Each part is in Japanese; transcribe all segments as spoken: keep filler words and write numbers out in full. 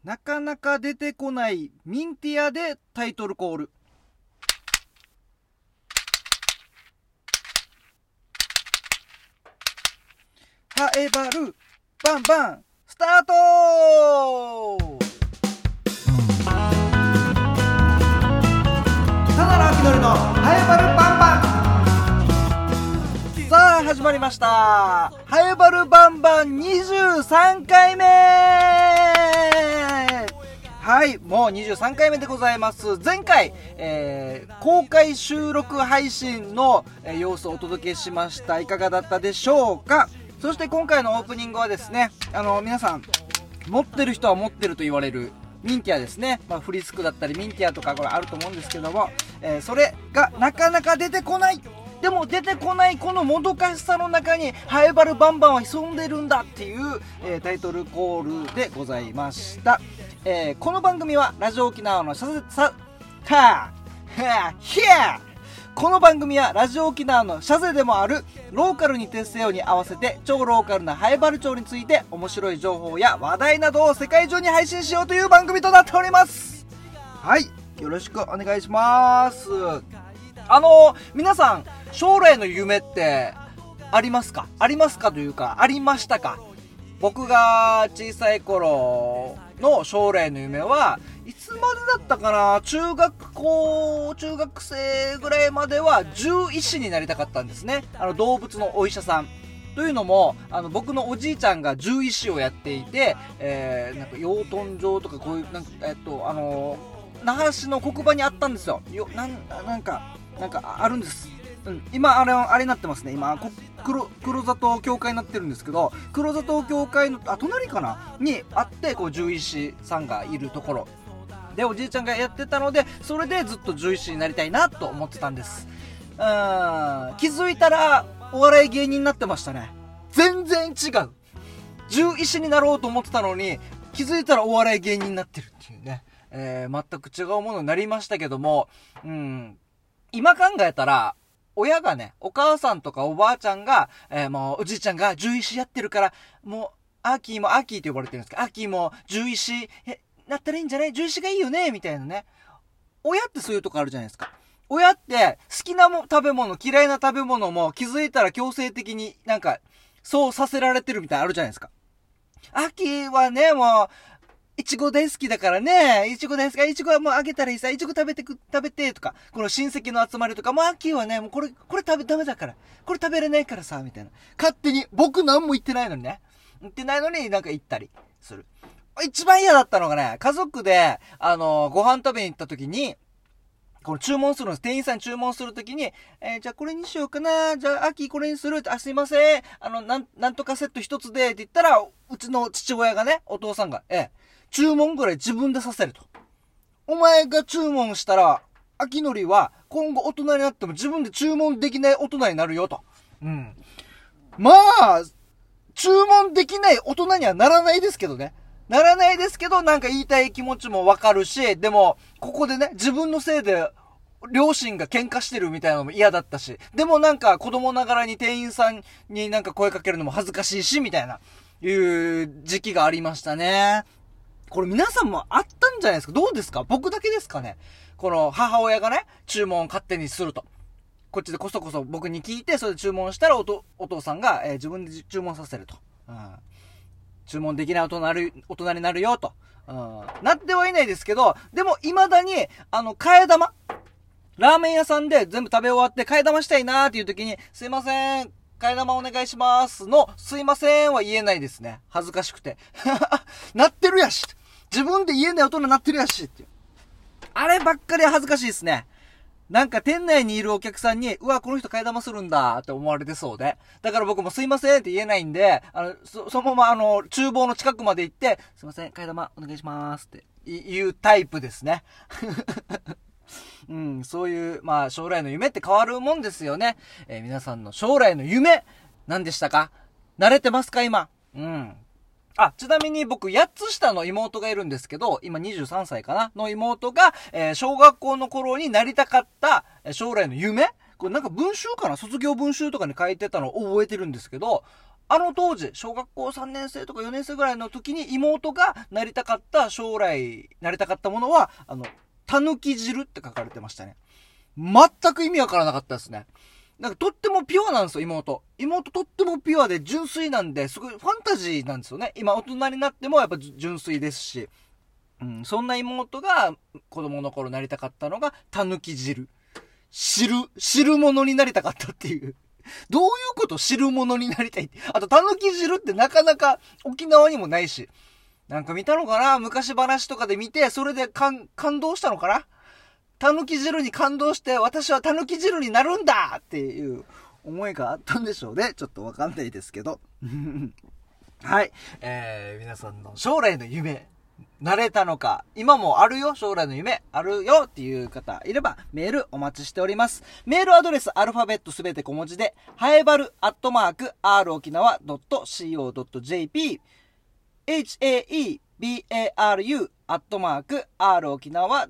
なかなか出てこないミンティアでタイトルコール。ハエバルバンバンスタート。ただのあきのりのハエバルバンバン。さあ始まりました。ハエバルバンバンにじゅうさんかいめ。はい、もうにじゅうさんかいめでございます。前回、えー、公開収録配信の、えー、様子をお届けしました。いかがだったでしょうか。そして今回のオープニングはですね、あの皆さん持ってる人は持ってると言われるミンティアですね。まあ、フリスクだったりミンティアとかこれあると思うんですけども、えー、それがなかなか出てこない。でも出てこないこのもどかしさの中にハエバルバンバンは潜んでるんだっていう、えー、タイトルコールでございました。えー、この番組はラジオ沖縄のささはぁはぁひゃーこの番組はラジオ沖縄のシャゼでもあるローカルに徹せよに合わせて超ローカルなハエバル町について面白い情報や話題などを世界中に配信しようという番組となっております。はい、よろしくお願いします。あの皆さん将来の夢ってありますか？ありますかというかありましたか？僕が小さい頃の将来の夢はいつまでだったかな、中学校中学生ぐらいまでは獣医師になりたかったんですね。あの動物のお医者さんというのも、あの僕のおじいちゃんが獣医師をやっていて、えー、なんか養豚場とかこういうなんかえっとあの那覇市の黒板にあったんですよ。よなんなんかなんかあるんです。うん、今あれあれになってますね。今黒黒里教会になってるんですけど、黒里教会のあ隣かなにあってこう獣医師さんがいるところでおじいちゃんがやってたので、それでずっと獣医師になりたいなと思ってたんです。うーん気づいたらお笑い芸人になってましたね。全然違う。獣医師になろうと思ってたのに気づいたらお笑い芸人になってるっていうね、えー、全く違うものになりましたけども、うん今考えたら親がね、お母さんとかおばあちゃんが、えー、もうおじいちゃんが獣医師やってるから、もうアーキーもアーキーって呼ばれてるんですけど、アーキーも獣医師えなったらいいんじゃない？獣医師がいいよねみたいなね。親ってそういうとこあるじゃないですか。親って好きなも食べ物、嫌いな食べ物も気づいたら強制的になんかそうさせられてるみたいなのあるじゃないですか。アーキーはね、もういちご大好きだからね、いちご大好き、いちごはもうあげたらいいさ、いちご食べてく、食べて、とか、この親戚の集まりとか、もう秋はね、もうこれ、これ食べ、ダメだから、これ食べれないからさ、みたいな。勝手に、僕何も言ってないのにね。言ってないのになんか言ったりする。一番嫌だったのがね、家族で、あの、ご飯食べに行った時に、この注文するんです。店員さんに注文するときに、えー、じゃあこれにしようかな。じゃあ、秋これにするって、あ、すいません。あの、なん、なんとかセット一つで、って言ったら、うちの父親がね、お父さんが、ええ、注文ぐらい自分でさせると。お前が注文したら、秋のりは今後大人になっても自分で注文できない大人になるよと。うん。まあ、注文できない大人にはならないですけどね。ならないですけど、なんか言いたい気持ちもわかるし、でも、ここでね、自分のせいで、両親が喧嘩してるみたいなのも嫌だったし、でもなんか子供ながらに店員さんになんか声かけるのも恥ずかしいし、みたいな、いう時期がありましたね。これ皆さんもあったんじゃないですか？どうですか？僕だけですかね？この母親がね、注文を勝手にすると。こっちでこそこそ僕に聞いて、それで注文したらおと、お父さんが、えー、自分で注文させると。うん、注文できない大人になる、大人になるよと。うん、なってはいないですけど、でも未だに、あの、替え玉ラーメン屋さんで全部食べ終わって替え玉したいなーっていう時に、すいません、替え玉お願いしますの、すいませんは言えないですね。恥ずかしくて。なってるやし。自分で言えない大人になってるやしっていう。あればっかり恥ずかしいですね。なんか店内にいるお客さんに、うわ、この人替え玉するんだって思われてそうで。だから僕もすいませんって言えないんで、あの、そ、そのままあの、厨房の近くまで行って、すいません、替え玉お願いしますって言うタイプですね。うん、そういう、まあ、将来の夢って変わるもんですよね。えー、皆さんの将来の夢、何でしたか？慣れてますか今？うん。あ、ちなみに僕、やっつ下の妹がいるんですけど、今にじゅうさんさいかなの妹が、えー、小学校の頃になりたかった、えー、将来の夢？これなんか文集かな？卒業文集とかに書いてたのを覚えてるんですけど、 あの当時、小学校さんねん生とかよねん生ぐらいの時に妹がなりたかった将来、なりたかったものは、あの、たぬき汁って書かれてましたね。全く意味わからなかったですね。なんかとってもピュアなんですよ、妹。妹とってもピュアで純粋なんで、すごいファンタジーなんですよね。今大人になってもやっぱ純粋ですし。うん、そんな妹が子供の頃なりたかったのが、たぬき汁。汁、汁物になりたかったっていう。どういうこと汁物になりたいって。あと、たぬき汁ってなかなか沖縄にもないし。なんか見たのかな昔話とかで見て、それで感、感動したのかなたぬき汁に感動して、私はたぬき汁になるんだっていう思いがあったんでしょうね。ちょっとわかんないですけど。はい。えー、皆さんの将来の夢、なれたのか、今もあるよ、将来の夢、あるよっていう方いれば、メールお待ちしております。メールアドレス、アルファベットすべて小文字で、はえばるアットマーク、r 沖縄 .co.jp、haebaru アットマーク、r 沖縄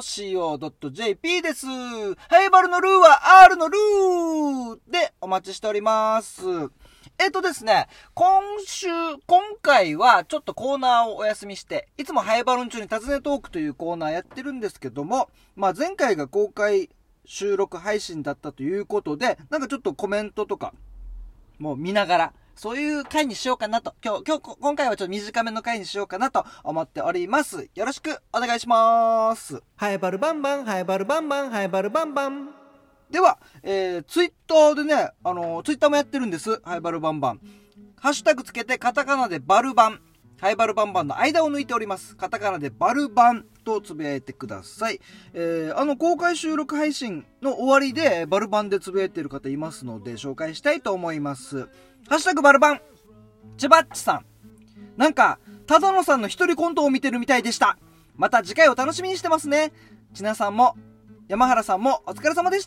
.co.jp です。はえばるのルーは R のルーでお待ちしております。えっとですね、今週、今回はちょっとコーナーをお休みして、いつもハイバルン中に尋ねトークというコーナーやってるんですけども、まあ前回が公開収録配信だったということで、なんかちょっとコメントとかもう見ながら、そういう回にしようかなと、今日、今日、今回はちょっと短めの回にしようかなと思っております。よろしくお願いします。 ハイバルバンバン、ハイバルバンバン、ハイバルバンバン。 では、えー、ツイッターでね、あのー、ツイッターもやってるんです。ハイバルバンバン。ハッシュタグつけて、カタカナでバルバン。ハイバルバンバンの間を抜いております。カタカナでバルバンとつぶやいてください。えー、あの、公開収録配信の終わりで、バルバンでつぶやいてる方いますので、紹介したいと思います。ハッシュタグバルバン。チバッチさん。なんか、ただのさんの一人コントを見てるみたいでした。また次回を楽しみにしてますね。ちなさんも、山原さんもお疲れ様でした。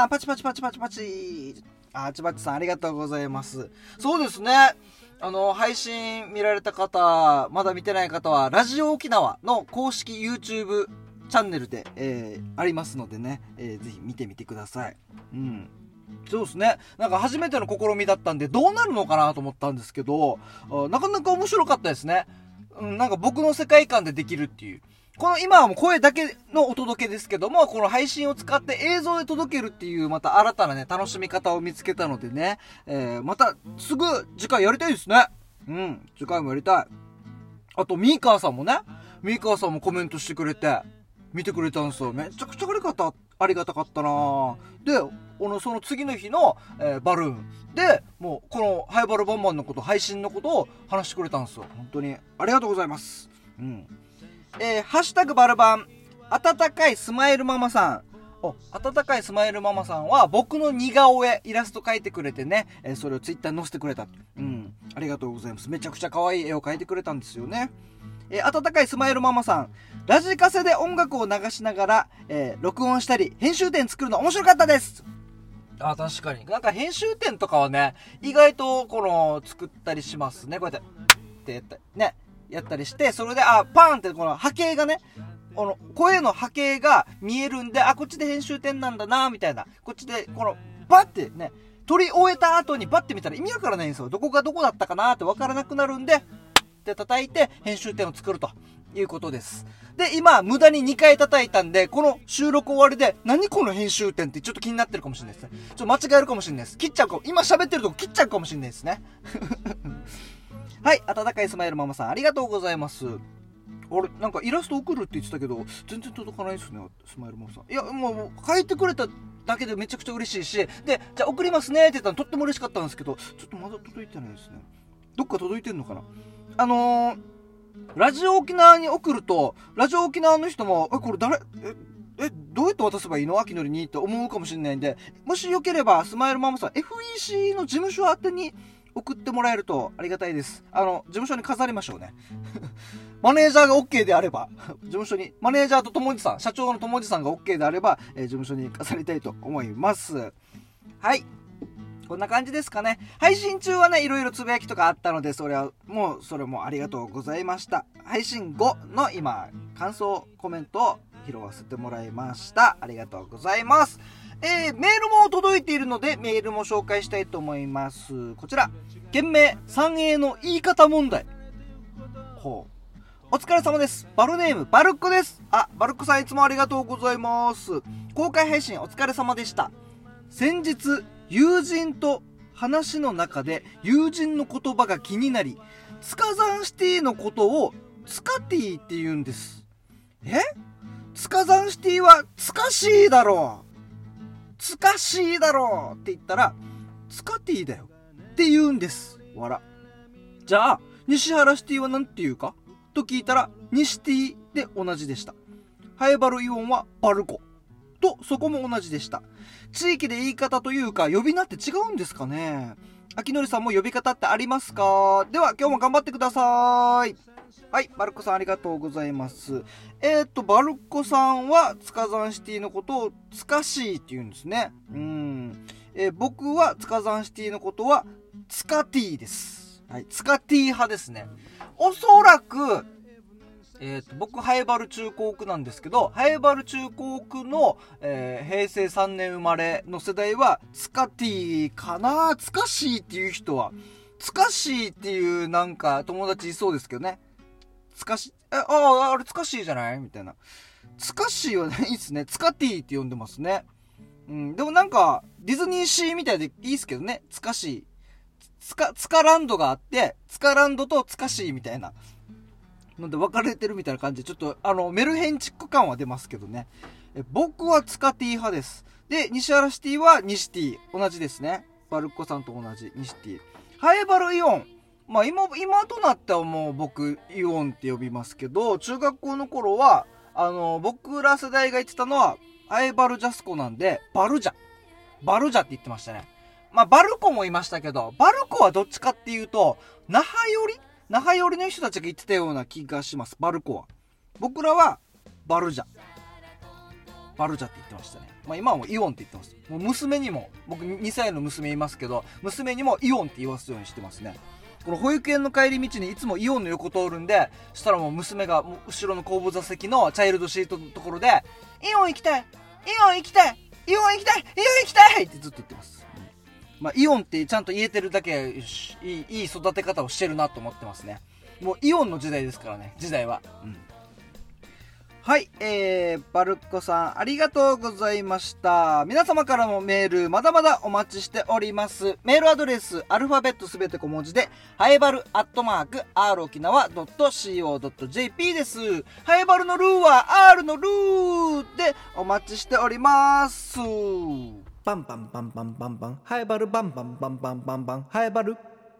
パチパチパチパチパチ。あ、ちばっちさんありがとうございます。そうですね。あの、配信見られた方、まだ見てない方は、ラジオ沖縄の公式 YouTube チャンネルで、えー、ありますのでね、えー、ぜひ見てみてください。うん。そうですね。なんか初めての試みだったんで、どうなるのかなと思ったんですけど、なかなか面白かったですね。うん、なんか僕の世界観でできるっていう。この今はもう声だけのお届けですけども、この配信を使って映像で届けるっていうまた新たなね、楽しみ方を見つけたのでね、えー、またすぐ次回やりたいですね。うん、次回もやりたい。あと、ミーカーさんもね、ミーカーさんもコメントしてくれて、見てくれたんですよ。めちゃくちゃありがた、ありがたかったなで、この、その次の日の、えー、バルーンで、もう、この、ハイバルバンバンのこと、配信のことを話してくれたんですよ。本当に、ありがとうございます。うん。えー、ハッシュタグバルバン、温かいスマイルママさん。お、温かいスマイルママさんは僕の似顔絵、イラスト描いてくれてね、えー、それをツイッターに載せてくれた。うん。ありがとうございます。めちゃくちゃ可愛い絵を描いてくれたんですよね。えー、温かいスマイルママさん。ラジカセで音楽を流しながら、えー、録音したり、編集点作るの面白かったです。あ、確かに。なんか編集点とかはね、意外とこの、作ったりしますね。こうやって、ってやったり、ね。やったりして、それで、あ、パーンってこの波形がね、この声の波形が見えるんで、あ、こっちで編集点なんだな、みたいな。こっちで、この、バッてね、撮り終えた後にバッて見たら意味わからないんですよ。どこがどこだったかなってわからなくなるんで、って叩いて編集点を作るということです。で、今、無駄ににかい叩いたんで、この収録終わりで、何この編集点ってちょっと気になってるかもしれないですね。ちょっと間違えるかもしれないです。切っちゃうかも。今喋ってるとこ切っちゃうかもしれないですね。はい、温かいスマイルママさん、ありがとうございます。あれ、なんかイラスト送るって言ってたけど、全然届かないですね、スマイルママさん。いや、もう、書いてくれただけでめちゃくちゃ嬉しいし、で、じゃあ送りますねって言ったらとっても嬉しかったんですけど、ちょっとまだ届いてないですね。どっか届いてんのかな。あのー、ラジオ沖縄に送ると、ラジオ沖縄の人も、え、これ誰、え、え、どうやって渡せばいいの秋のりにって思うかもしれないんで、もしよければ、スマイルママさん、エフイーシー の事務所宛てに、送ってもらえるとありがたいです。あの、事務所に飾りましょうね。マネージャーが OK であれば、事務所に、マネージャーと友治さん、社長の友治さんが OK であれば、えー、事務所に飾りたいと思います。はい。こんな感じですかね。配信中はね、いろいろつぶやきとかあったので、それは、もう、それもありがとうございました。配信後の今、感想、コメントを拾わせてもらいました。ありがとうございます。 えー、メールも届いているのでメールも紹介したいと思います。こちら、件名三栄の言い方問題。ほう。お疲れ様です。バルネームバルッコです。あ、バルッコさんいつもありがとうございます。公開配信お疲れ様でした。先日友人と話の中で友人の言葉が気になり、ツカザンシティのことをツカティって言うんです。え？ツカザンシティはツカシーだろうツカシーだろうって言ったら、ツカティだよって言うんです。わら。じゃあ西原シティは何て言うかと聞いたら、西ティで同じでした。ハエバルイオンはバルコと、そこも同じでした。地域で言い方というか呼び名って違うんですかね。秋典さんも呼び方ってありますか？では今日も頑張ってください。はい、バルコさんありがとうございます。えーとバルコさんはツカザンシティのことをツカシーって言うんですね。うーん、えー、僕はツカザンシティのことはツカティです。はい、ツカティ派ですね。おそらく、えー、と僕ハエバル中高区なんですけど、ハエバル中高区の、えー、へいせいさんねん生まれの世代はツカティかな。ツカシーっていう人はツカシーっていうなんか友達いそうですけどね。ツカシえあああれツカシーじゃないみたいな。ツカシーはねいいっすね。ツカティって呼んでますね。うん、でもなんかディズニーシーみたいでいいっすけどね。ツカシーツカ、ツカランドがあって、ツカランドとツカシーみたいなので分かれてるみたいな感じで、ちょっとあのメルヘンチック感は出ますけどね。え僕はツカティ派です。で、西原シティは西ティ、同じですね。バルッコさんと同じ西ティ。ハエバルイオン、まあ今今となってはもう僕イオンって呼びますけど、中学校の頃はあの僕ら世代が言ってたのはハエバルジャスコなんでバルジャバルジャって言ってましたね。まあ、バルコもいましたけど、バルコはどっちかっていうと、那覇寄り那覇寄りの人たちが言ってたような気がします、バルコは。僕らは、バルジャ。バルジャって言ってましたね。まあ、今はもうイオンって言ってます。もう娘にも、僕にさいの娘いますけど、娘にもイオンって言わすようにしてますね。この保育園の帰り道にいつもイオンの横通るんで、そしたらもう娘がもう後ろの後部座席のチャイルドシートのところで、イオン行きたいイオン行きたいイオン行きたいイオン行きたいってずっと言ってます。まあ、イオンってちゃんと言えてるだけいい、いい育て方をしてるなと思ってますね。もうイオンの時代ですからね、時代は。うん、はい、えー、バルッコさんありがとうございました。皆様からのメールまだまだお待ちしております。メールアドレスアルファベットすべて小文字でハエバルアットマーク r 沖縄 .co.jp です。ハエバルのルーは R のルーでお待ちしております。 バンバンバンバンバンバンハエバルバンバンバンバンバンバンハエバル。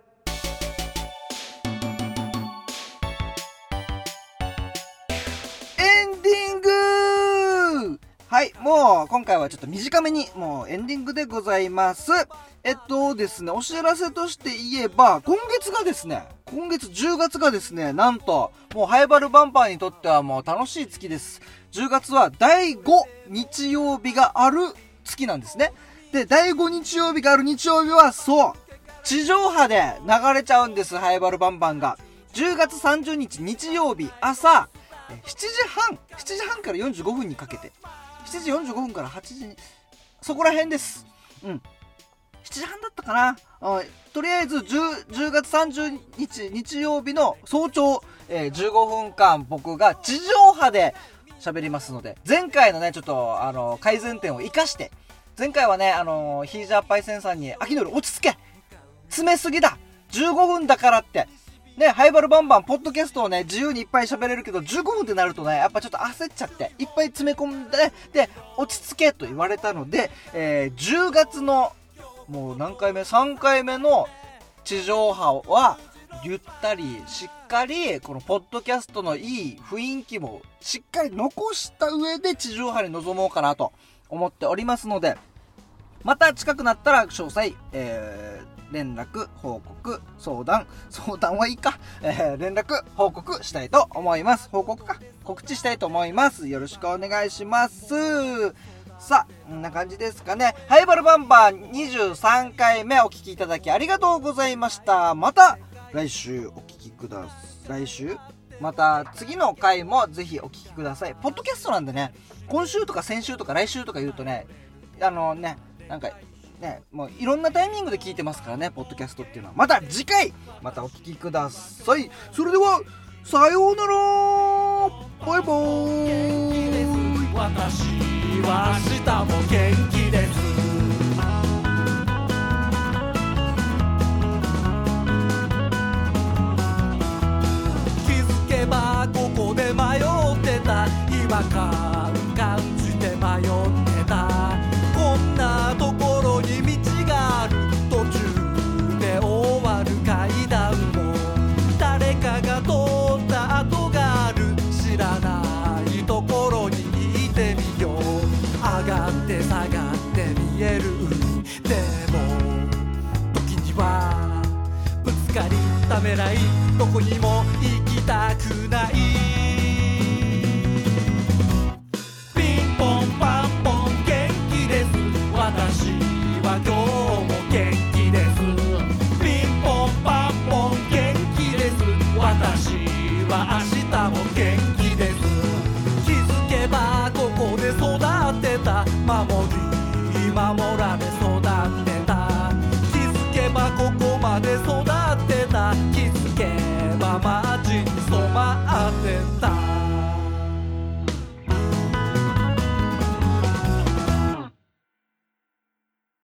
エンディング。はい、もう今回はちょっと短めにもうエンディングでございます。えっとですね、お知らせとして言えば、今月がですね、今月じゅうがつがですね、なんともうハエバルバンパーにとってはもう楽しい月です。じゅうがつはだいご日曜日がある月なんですね。で、だいご日曜日がある日曜日は、そう、地上波で流れちゃうんです、ハエバルバンバンが。じゅうがつさんじゅうにち日曜日朝しちじはん、しちじはんからよんじゅうごふんにかけて、しちじよんじゅうごふんからはちじに、そこら辺です。うん。しちじはんだったかな。うん、とりあえず 10, じゅうがつさんじゅうにち日曜日の早朝、えー、じゅうごふんかん僕が地上波で喋りますので、前回のねちょっとあの改善点を生かして、前回はねあのヒージャーパイセンさんに秋のり落ち着け、詰めすぎだ、じゅうごふんだからってね、ハイバルバンバンポッドキャストをね自由にいっぱい喋れるけどじゅうごふんってなるとねやっぱちょっと焦っちゃっていっぱい詰め込んで、で落ち着けと言われたので、えー、じゅうがつのもう何回目さんかいめの地上波はゆったりしっかりこのポッドキャストのいい雰囲気もしっかり残した上で地上波に臨もうかなと思っておりますので、また近くなったら詳細、えー、連絡報告相談相談はいいか、えー、連絡報告したいと思います。報告か告知したいと思います。よろしくお願いします。さあ、こんな感じですかね。ハイバルバンバンにじゅうさんかいめお聞きいただきありがとうございました。また来週お聞きください。来週また次の回もぜひお聞きください。ポッドキャストなんでね、今週とか先週とか来週とか言うとね、 あのねなんかねもういろんなタイミングで聞いてますからね、ポッドキャストっていうのは。また次回またお聞きください。それではさようなら、バイバーイ。 私は明日も元気です。気づけばここで迷ってた、違和感感じて迷ってた、こんなところに道がある、途中で終わる階段を誰かが通った跡がある、知らないところに行ってみよう、上がって下がって見える海、でも時にはぶつかりためらい、どこにも行きたくない、ピンポンパンポン元気です、私は今日も元気です、ピンポンパンポン元気です、私は明日も元気です、気づけばここで育ってた、守り守られそう